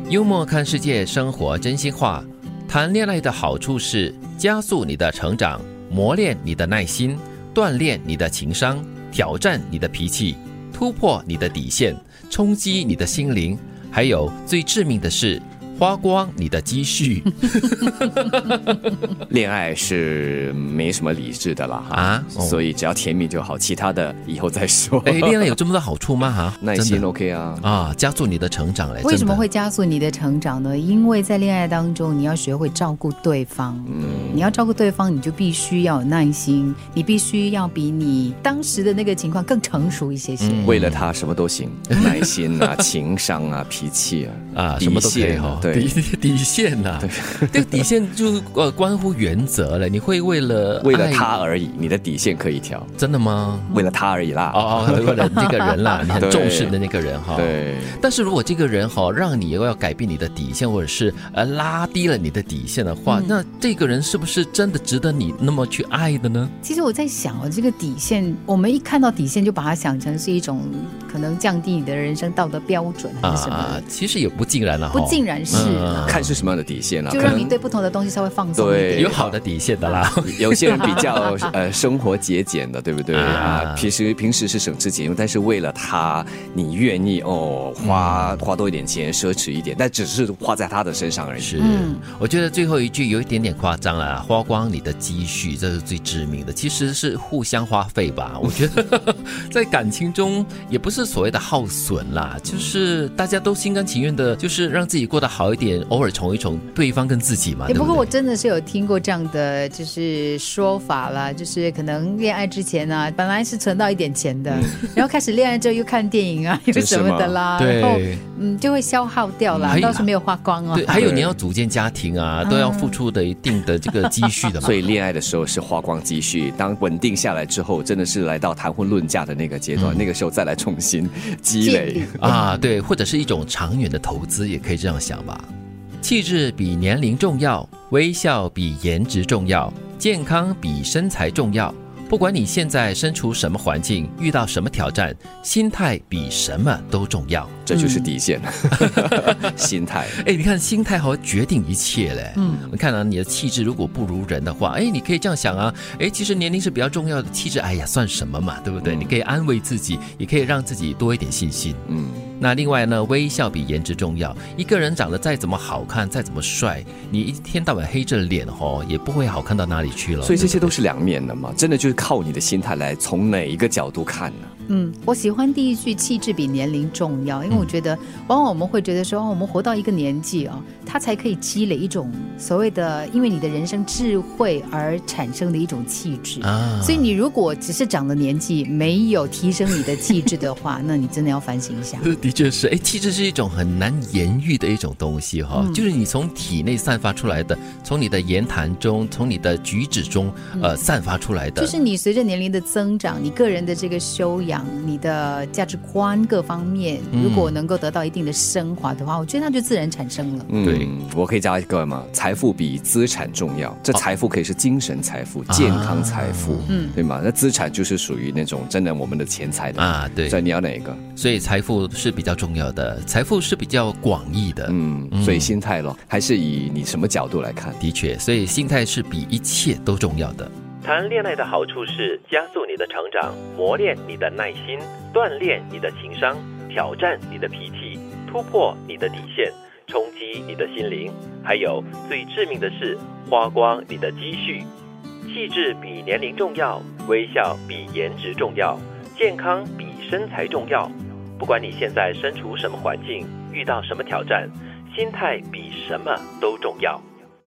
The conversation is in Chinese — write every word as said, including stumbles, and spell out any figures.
幽默看世界，生活真心话。谈恋爱的好处是加速你的成长，磨练你的耐心，锻炼你的情商，挑战你的脾气，突破你的底线，冲击你的心灵，还有最致命的是花光你的积蓄。 恋爱是没什么理智的啦啊、哦，所以只要甜蜜就好，其他的以后再说。 哎，恋爱有这么多好处吗？哈， 耐心 OK 啊啊，加速你的成长嘞。 为什么会加速你的成长呢？因为在恋爱当中，你要学会照顾对方。嗯，你要照顾对方，你就必须要有耐心，你必须要比你当时的那个情况更成熟一些些。 嗯、为了他什么都行，耐心啊，情商啊，脾气啊， 啊，什么都可以哈。 对， 底底线呐、啊，这个底线就呃关乎原则了。你会为了为了他而已，你的底线可以调， 真的吗？ 为了他而已啦。 哦哦，为了这个人啦，你很重视的那个人哈。 对。 但是如果这个人哈让你要改变你的底线，或者是呃拉低了你的底线的话，嗯、那这个人是不是真的值得你那么去爱的呢？ 其实我在想哦，这个底线，我们一看到底线就把它想成是一种可能降低你的人生道德标准还是什么？ 啊，其实也不尽然了， 不尽然是。嗯看是什么样的底线啦、啊， 就让你对不同的东西稍微放松一点。 对，有好的底线的啦。 有些人比较呃生活节俭的，对不对啊？平时平时是省吃俭用，但是为了他，你愿意哦花、嗯、花多一点钱，奢侈一点，但只是花在他的身上而已。 是，嗯、我觉得最后一句有一点点夸张了，花光你的积蓄，这是最致命的。其实是互相花费吧。我觉得在感情中也不是所谓的耗损啦，就是大家都心甘情愿的，就是让自己过得好一点，偶尔宠一宠对方跟自己嘛。 不过我真的是有听过这样的就是说法啦，就是可能恋爱之前啊，本来是存到一点钱的，嗯、然后开始恋爱之后又看电影啊，又什么的啦，然后嗯就会消耗掉啦，倒是没有花光哦。 对，还有你要组建家庭啊，都要付出的一定的这个积蓄的嘛。 所以恋爱的时候是花光积蓄，当稳定下来之后，真的是来到谈婚论嫁的那个阶段，嗯、那个时候再来重新积累啊，对，或者是一种长远的投资，也可以这样想吧。气质比年龄重要，微笑比颜值重要，健康比身材重要。不管你现在身处什么环境，遇到什么挑战，心态比什么都重要。 这就是底线，嗯、心态。 哎，你看心态好决定一切嘞。嗯，你看啊，你的气质如果不如人的话，哎，你可以这样想啊，哎，其实年龄是比较重要的，气质，哎呀，算什么嘛，对不对？嗯、你可以安慰自己，也可以让自己多一点信心。嗯。那另外呢，微笑比颜值重要。一个人长得再怎么好看，再怎么帅，你一天到晚黑着脸哦，也不会好看到哪里去了。 所以这些都是两面的嘛，真的就是靠你的心态来从哪一个角度看呢？ 嗯，我喜欢第一句气质比年龄重要，因为我觉得往往我们会觉得说，哦，我们活到一个年纪啊、哦，它才可以积累一种所谓的因为你的人生智慧而产生的一种气质啊。所以你如果只是长了年纪，没有提升你的气质的话，那你真的要反省一下。 的确是，哎，气质是一种很难言喻的一种东西哈、哦嗯，就是你从体内散发出来的，从你的言谈中，从你的举止中，呃，散发出来的。 就是你随着年龄的增长，你个人的这个修养。你的价值观各方面如果能够得到一定的升华的话、嗯、我觉得它就自然产生了。 嗯，对，我可以加一个嘛，财富比资产重要。这财富可以是精神财富、哦、健康财富、嗯，对吗？那资产就是属于那种真的我们的钱财的啊，对。所以你要哪一个？ 所以财富是比较重要的，财富是比较广义的。 嗯，所以心态咯，还是以你什么角度来看？ 的确，所以心态是比一切都重要的。 谈恋爱的好处是加速你的成长，磨练你的耐心，锻炼你的情商，挑战你的脾气，突破你的底线，冲击你的心灵，还有最致命的是花光你的积蓄。气质比年龄重要，微笑比颜值重要，健康比身材重要。不管你现在身处什么环境，遇到什么挑战，心态比什么都重要。